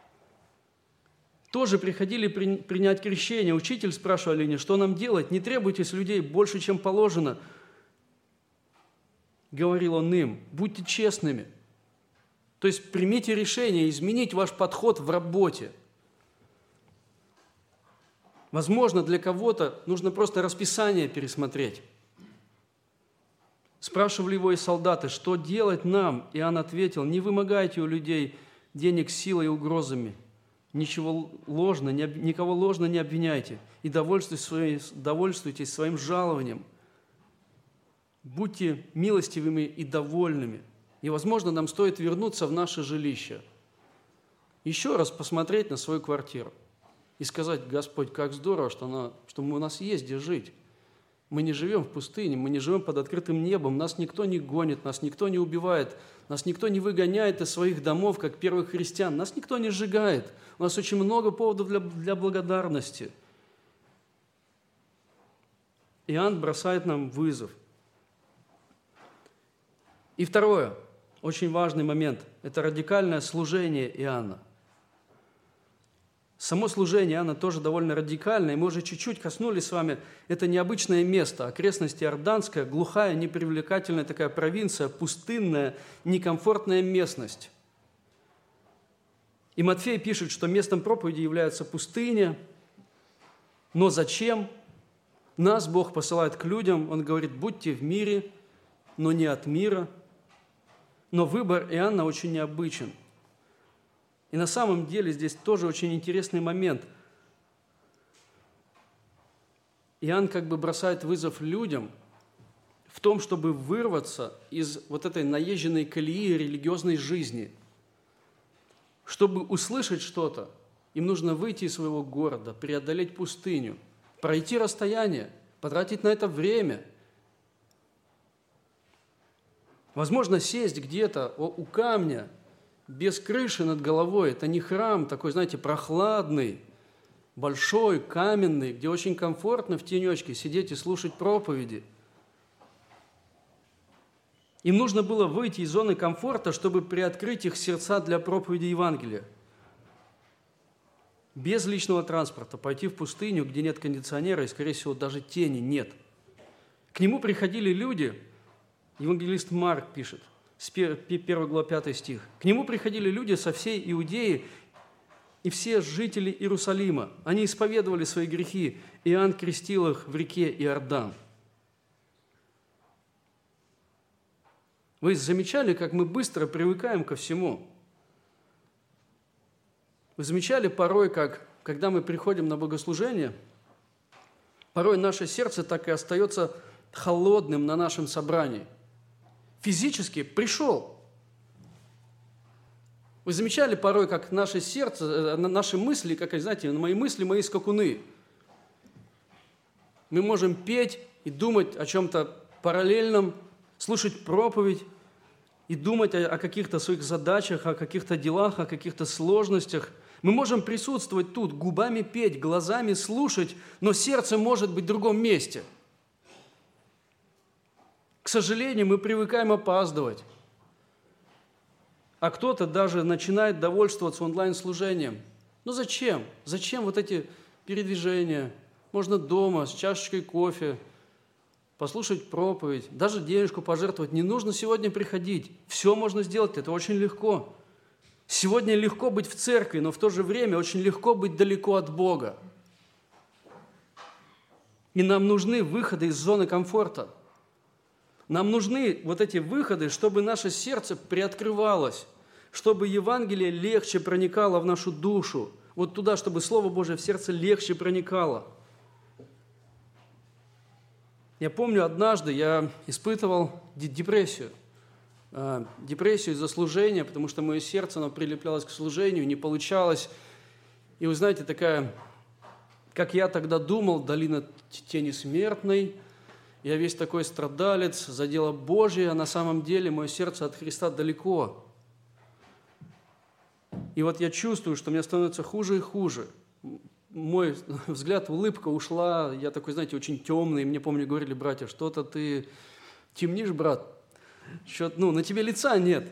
Тоже приходили принять крещение. Учитель спрашивал они: что нам делать? Не требуйте с людей больше, чем положено. Говорил он им: будьте честными. То есть примите решение изменить ваш подход в работе. Возможно, для кого-то нужно просто расписание пересмотреть. Спрашивали его и солдаты: что делать нам? Иоанн ответил: не вымогайте у людей денег силой и угрозами. Никого ложно не обвиняйте и довольствуйтесь своим жалованием. Будьте милостивыми и довольными. И, возможно, нам стоит вернуться в наше жилище, еще раз посмотреть на свою квартиру и сказать: Господь, как здорово, что у нас есть где жить. Мы не живем в пустыне, мы не живем под открытым небом, нас никто не гонит, нас никто не убивает, нас никто не выгоняет из своих домов, как первых христиан, нас никто не сжигает. У нас очень много поводов для благодарности. Иоанн бросает нам вызов. И второе, очень важный момент – это радикальное служение Иоанна. Само служение Иоанна тоже довольно радикальное, и мы уже чуть-чуть коснулись с вами. Это необычное место, окрестности Иорданская, глухая, непривлекательная такая провинция, пустынная, некомфортная местность. И Матфей пишет, что местом проповеди является пустыня. Но зачем? Нас Бог посылает к людям, Он говорит: будьте в мире, но не от мира. Но выбор Иоанна очень необычен. И на самом деле здесь тоже очень интересный момент. Иоанн как бы бросает вызов людям в том, чтобы вырваться из вот этой наезженной колеи религиозной жизни. Чтобы услышать что-то, им нужно выйти из своего города, преодолеть пустыню, пройти расстояние, потратить на это время. Возможно, сесть где-то у камня, без крыши над головой. Это не храм такой, знаете, прохладный, большой, каменный, где очень комфортно в тенечке сидеть и слушать проповеди. Им нужно было выйти из зоны комфорта, чтобы приоткрыть их сердца для проповеди Евангелия. Без личного транспорта пойти в пустыню, где нет кондиционера и, скорее всего, даже тени нет. К нему приходили люди, евангелист Марк пишет, с 1 глава 5 стих. К нему приходили люди со всей Иудеи и все жители Иерусалима. Они исповедовали свои грехи. Иоанн крестил их в реке Иордан. Вы замечали, как мы быстро привыкаем ко всему? Вы замечали порой, как, когда мы приходим на богослужение, порой наше сердце так и остается холодным на нашем собрании. Физически пришел. Вы замечали порой, как наше сердце, наши мысли, как, знаете, мои мысли, мои скакуны. Мы можем петь и думать о чем-то параллельном, слушать проповедь и думать о каких-то своих задачах, о каких-то делах, о каких-то сложностях. Мы можем присутствовать тут, губами петь, глазами слушать, но сердце может быть в другом месте. К сожалению, мы привыкаем опаздывать. А кто-то даже начинает довольствоваться онлайн-служением. Ну зачем? Зачем вот эти передвижения? Можно дома с чашечкой кофе послушать проповедь, даже денежку пожертвовать. Не нужно сегодня приходить. Все можно сделать, это очень легко. Сегодня легко быть в церкви, но в то же время очень легко быть далеко от Бога. И нам нужны выходы из зоны комфорта. Нам нужны вот эти выходы, чтобы наше сердце приоткрывалось, чтобы Евангелие легче проникало в нашу душу, вот туда, чтобы Слово Божие в сердце легче проникало. Я помню, однажды я испытывал депрессию. Депрессию из-за служения, потому что мое сердце, оно прилеплялось к служению, не получалось. И вы знаете, такая, как я тогда думал, долина тени смертной, я весь такой страдалец за дело Божие, а на самом деле мое сердце от Христа далеко. И вот я чувствую, что мне становится хуже и хуже. Мой взгляд, улыбка ушла, я такой, знаете, очень темный. Мне, помню, говорили братья, что-то ты темнишь, брат, на тебе лица нет.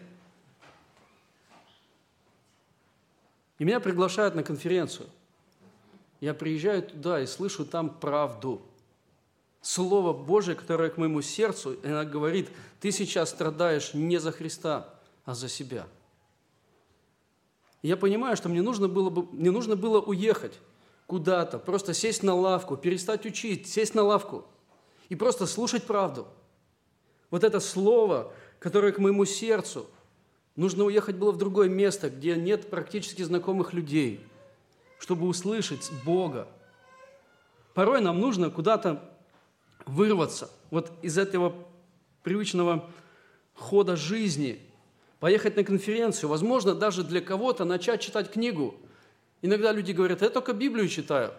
И меня приглашают на конференцию. Я приезжаю туда и слышу там правду. Слово Божие, которое к моему сердцу, и она говорит, ты сейчас страдаешь не за Христа, а за себя. И я понимаю, что мне нужно было уехать куда-то, просто сесть на лавку, перестать учить, сесть на лавку и просто слушать правду. Вот это слово, которое к моему сердцу, нужно уехать было в другое место, где нет практически знакомых людей, чтобы услышать Бога. Порой нам нужно куда-то вырваться вот из этого привычного хода жизни, поехать на конференцию, возможно, даже для кого-то начать читать книгу. Иногда люди говорят, я только Библию читаю.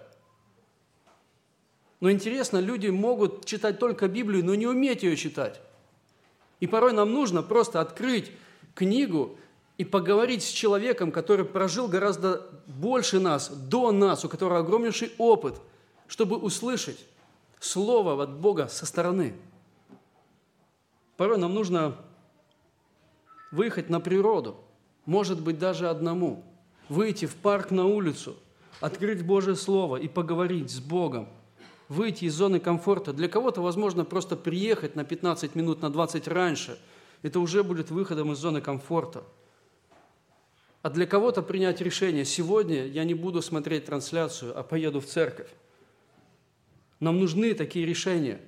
Но интересно, люди могут читать только Библию, но не уметь ее читать. И порой нам нужно просто открыть книгу и поговорить с человеком, который прожил гораздо больше нас, до нас, у которого огромнейший опыт, чтобы услышать слово от Бога со стороны. Порой нам нужно выехать на природу, может быть, даже одному, выйти в парк на улицу, открыть Божье Слово и поговорить с Богом, выйти из зоны комфорта. Для кого-то, возможно, просто приехать на 15 минут, на 20 раньше. Это уже будет выходом из зоны комфорта. А для кого-то принять решение, сегодня я не буду смотреть трансляцию, а поеду в церковь. Нам нужны такие решения.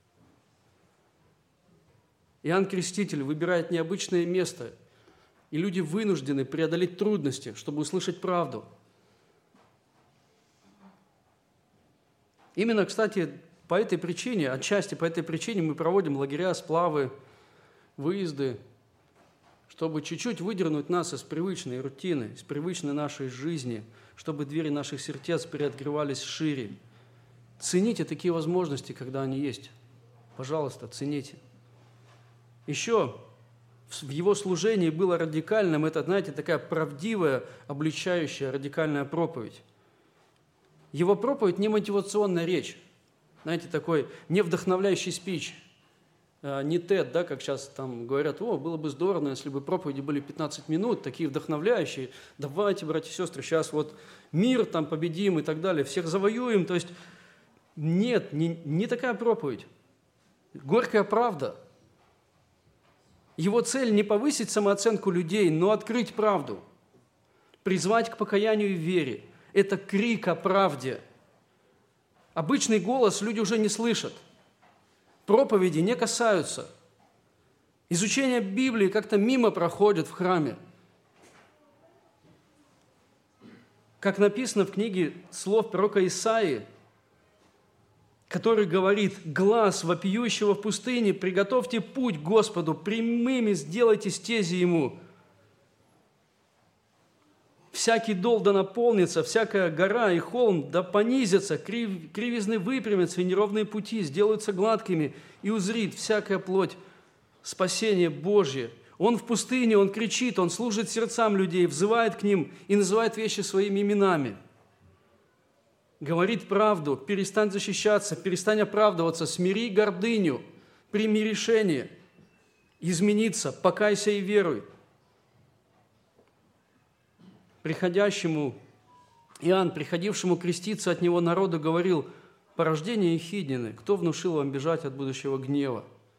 Иоанн Креститель выбирает необычное место, и люди вынуждены преодолеть трудности, чтобы услышать правду. Именно, кстати, по этой причине, отчасти по этой причине мы проводим лагеря, сплавы, выезды, чтобы чуть-чуть выдернуть нас из привычной рутины, из привычной нашей жизни, чтобы двери наших сердец приоткрывались шире. Цените такие возможности, когда они есть. Пожалуйста, цените. Еще в его служении было радикальным, это, знаете, такая правдивая, обличающая, радикальная проповедь. Его проповедь не мотивационная речь, знаете, такой не вдохновляющий спич, не TED, да, как сейчас там говорят, было бы здорово, если бы проповеди были 15 минут, такие вдохновляющие, давайте, братья и сестры, сейчас вот мир там победим и так далее, всех завоюем, то есть нет, не такая проповедь, горькая правда. Его цель не повысить самооценку людей, но открыть правду, призвать к покаянию и вере. Это крик о правде. Обычный голос люди уже не слышат. Проповеди не касаются. Изучение Библии как-то мимо проходит в храме. Как написано в книге слов пророка Исаии, который говорит: «Глас вопиющего в пустыне, приготовьте путь Господу, прямыми сделайте стези Ему». Всякий дол да наполнится, всякая гора и холм да понизятся, кривизны выпрямятся, и неровные пути сделаются гладкими, и узрит всякая плоть спасение Божье. Он в пустыне, он кричит, он служит сердцам людей, взывает к ним и называет вещи своими именами. Говорит правду, перестань защищаться, перестань оправдываться, смири гордыню, прими решение, измениться, покайся и веруй. Иоанн, приходившему креститься от него народу, говорил: «Порождение ехиднины, кто внушил вам бежать от будущего гнева?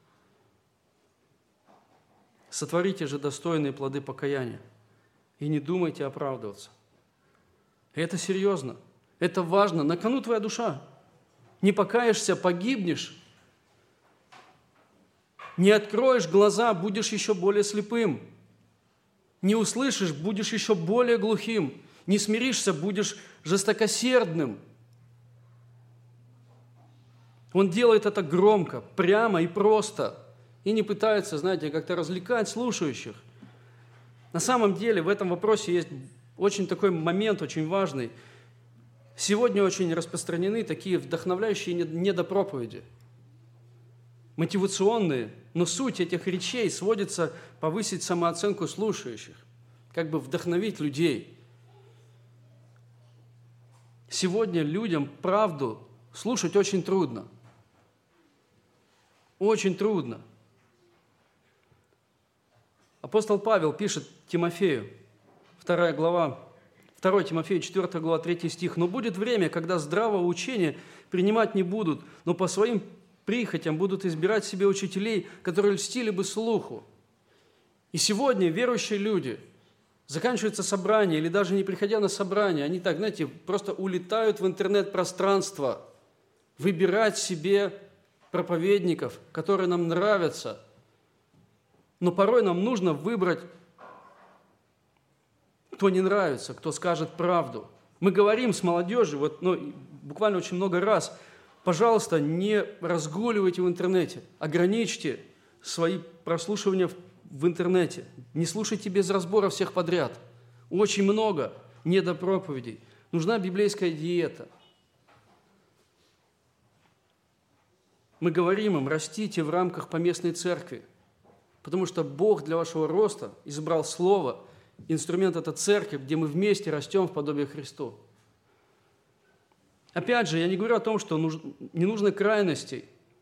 Сотворите же достойные плоды покаяния и не думайте оправдываться». И это серьезно, это важно, на кону твоя душа. Не покаешься, погибнешь. Не откроешь глаза, будешь еще более слепым. Не услышишь, будешь еще более глухим. Не смиришься, будешь жестокосердным. Он делает это громко, прямо и просто. И не пытается, знаете, как-то развлекать слушающих. На самом деле в этом вопросе есть очень такой момент, очень важный. Сегодня очень распространены такие вдохновляющие недопроповеди. Мотивационные, но суть этих речей сводится повысить самооценку слушающих, как бы вдохновить людей. Сегодня людям правду слушать очень трудно. Очень трудно. Апостол Павел пишет Тимофею, 2 Тимофею, 4 глава, 3 стих: «Но будет время, когда здравого учения принимать не будут, но по своим прихотям будут избирать себе учителей, которые льстили бы слуху». И сегодня верующие люди, заканчивается собрание, или даже не приходя на собрание, они так, знаете, просто улетают в интернет-пространство, выбирать себе проповедников, которые нам нравятся. Но порой нам нужно выбрать, кто не нравится, кто скажет правду. Мы говорим с молодежью, буквально очень много раз: пожалуйста, не разгуливайте в интернете, ограничьте свои прослушивания в интернете, не слушайте без разбора всех подряд. Очень много недопроповедей. Нужна библейская диета. Мы говорим им: растите в рамках поместной церкви, потому что Бог для вашего роста избрал слово, инструмент – это церковь, где мы вместе растем в подобие Христу. Опять же, я не говорю о том, что не нужно крайностей.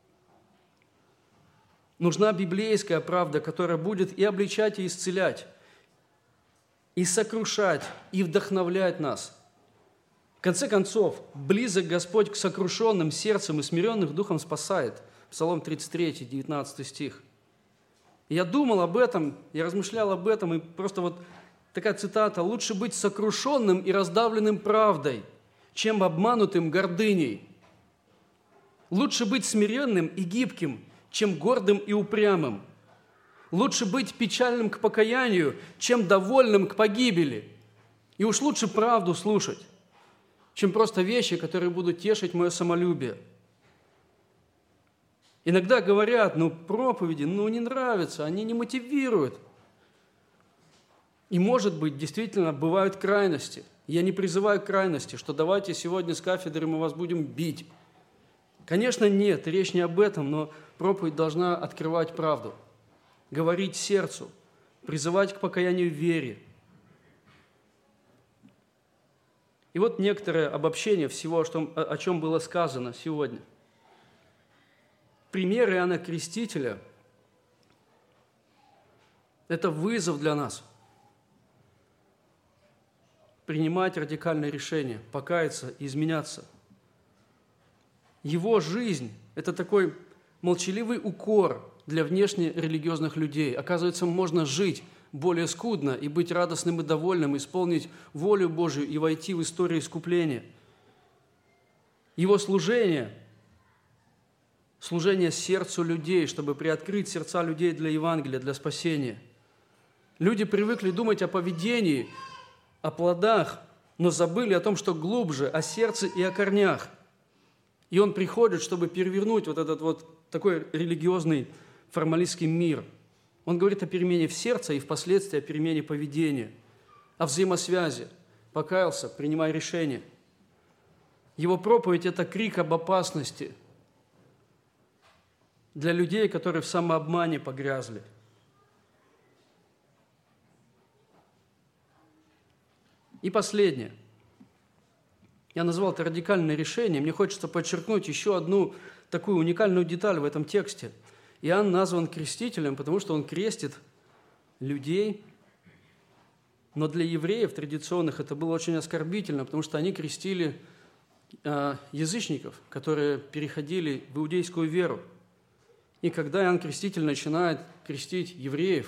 Нужна библейская правда, которая будет и обличать, и исцелять, и сокрушать, и вдохновлять нас. В конце концов, близок Господь к сокрушенным сердцем и смиренных духом спасает. Псалом 33, 19 стих. Я думал об этом, я размышлял об этом, и просто такая цитата: «Лучше быть сокрушенным и раздавленным правдой, чем обманутым гордыней. Лучше быть смиренным и гибким, чем гордым и упрямым. Лучше быть печальным к покаянию, чем довольным к погибели. И уж лучше правду слушать, чем просто вещи, которые будут тешить мое самолюбие». Иногда говорят: проповеди, не нравятся, они не мотивируют. И, может быть, действительно бывают крайности. Я не призываю к крайности, что давайте сегодня с кафедры мы вас будем бить. Конечно, нет, речь не об этом, но проповедь должна открывать правду, говорить сердцу, призывать к покаянию в вере. И вот некоторое обобщение всего, о чем было сказано сегодня. Пример Иоанна Крестителя – это вызов для нас принимать радикальные решения, покаяться и изменяться. Его жизнь – это такой молчаливый укор для внешне религиозных людей. Оказывается, можно жить более скудно и быть радостным и довольным, исполнить волю Божию и войти в историю искупления. Его служение сердцу людей, чтобы приоткрыть сердца людей для Евангелия, для спасения. Люди привыкли думать о поведении, о плодах, но забыли о том, что глубже, о сердце и о корнях. И он приходит, чтобы перевернуть этот такой религиозный формалистский мир. Он говорит о перемене в сердце и впоследствии о перемене поведения, о взаимосвязи. покаялся, принимай решение. Его проповедь – это крик об опасности для людей, которые в самообмане погрязли. И последнее. Я назвал это радикальное решение. Мне хочется подчеркнуть еще одну такую уникальную деталь в этом тексте. Иоанн назван крестителем, потому что он крестит людей. Но для евреев традиционных это было очень оскорбительно, потому что они крестили язычников, которые переходили в иудейскую веру. И когда Иоанн Креститель начинает крестить евреев,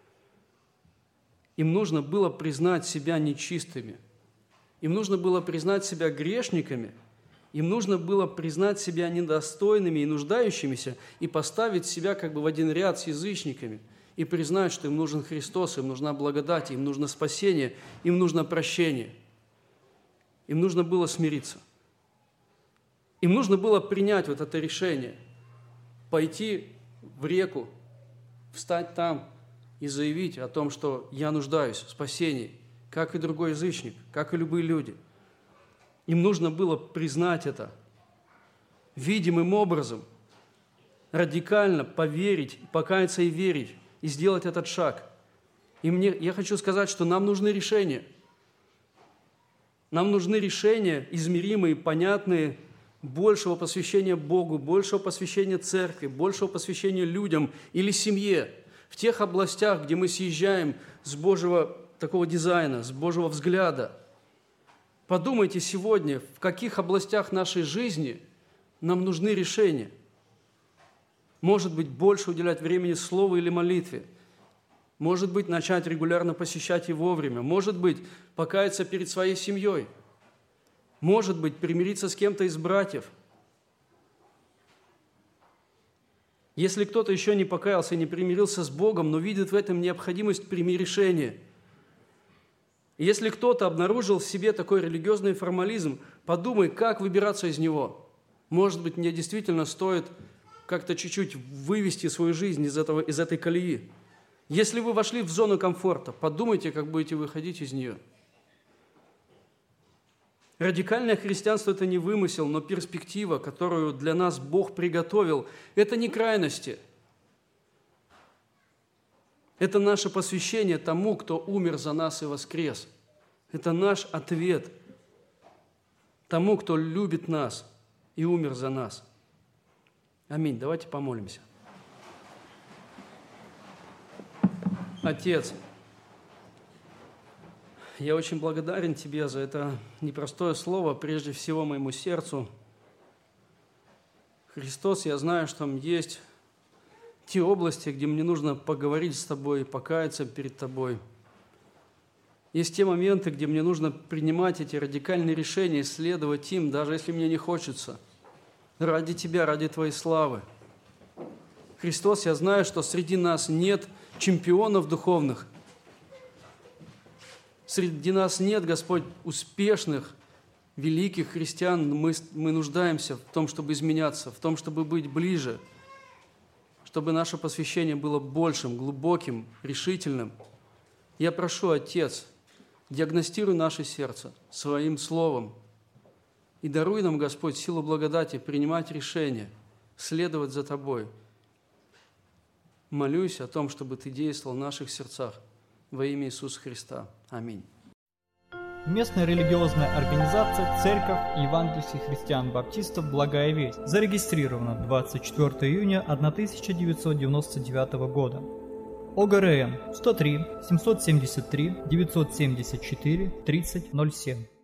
им нужно было признать себя нечистыми, им нужно было признать себя грешниками, им нужно было признать себя недостойными и нуждающимися и поставить себя как бы в один ряд с язычниками и признать, что им нужен Христос, им нужна благодать, им нужно спасение, им нужно прощение. Им нужно было смириться. Им нужно было принять вот это решение, пойти в реку, встать там и заявить о том, что я нуждаюсь в спасении, как и другой язычник, как и любые люди. Им нужно было признать это видимым образом, радикально поверить, покаяться и верить, и сделать этот шаг. И я хочу сказать, что нам нужны решения. Нам нужны решения, измеримые, понятные, большего посвящения Богу, большего посвящения церкви, большего посвящения людям или семье, в тех областях, где мы съезжаем с Божьего такого дизайна, с Божьего взгляда. Подумайте сегодня, в каких областях нашей жизни нам нужны решения. Может быть, больше уделять времени слову или молитве. Может быть, начать регулярно посещать и вовремя. Может быть, покаяться перед своей семьей. Может быть, примириться с кем-то из братьев. Если кто-то еще не покаялся и не примирился с Богом, но видит в этом необходимость прими решение. Если кто-то обнаружил в себе такой религиозный формализм, подумай, как выбираться из него. Может быть, мне действительно стоит как-то чуть-чуть вывести свою жизнь из этой колеи. Если вы вошли в зону комфорта, подумайте, как будете выходить из нее. Радикальное христианство – это не вымысел, но перспектива, которую для нас Бог приготовил. Это не крайности. Это наше посвящение тому, кто умер за нас и воскрес. Это наш ответ тому, кто любит нас и умер за нас. Аминь. Давайте помолимся. Отец, я очень благодарен Тебе за это непростое слово, прежде всего моему сердцу. Христос, я знаю, что там есть те области, где мне нужно поговорить с Тобой, покаяться перед Тобой. Есть те моменты, где мне нужно принимать эти радикальные решения, следовать им, даже если мне не хочется. Ради Тебя, ради Твоей славы. Христос, я знаю, что среди нас нет чемпионов духовных. Среди нас нет, Господь, успешных, великих христиан. Мы нуждаемся в том, чтобы изменяться, в том, чтобы быть ближе, чтобы наше посвящение было большим, глубоким, решительным. Я прошу, Отец, диагностируй наше сердце Своим Словом и даруй нам, Господь, силу благодати принимать решения, следовать за Тобой. Молюсь о том, чтобы Ты действовал в наших сердцах во имя Иисуса Христа. Аминь. Местная религиозная организация «Церковь евангельских христиан-баптистов. Благая весть» зарегистрирована 24 июня 1999 года. ОГРН 103 773 974 3007.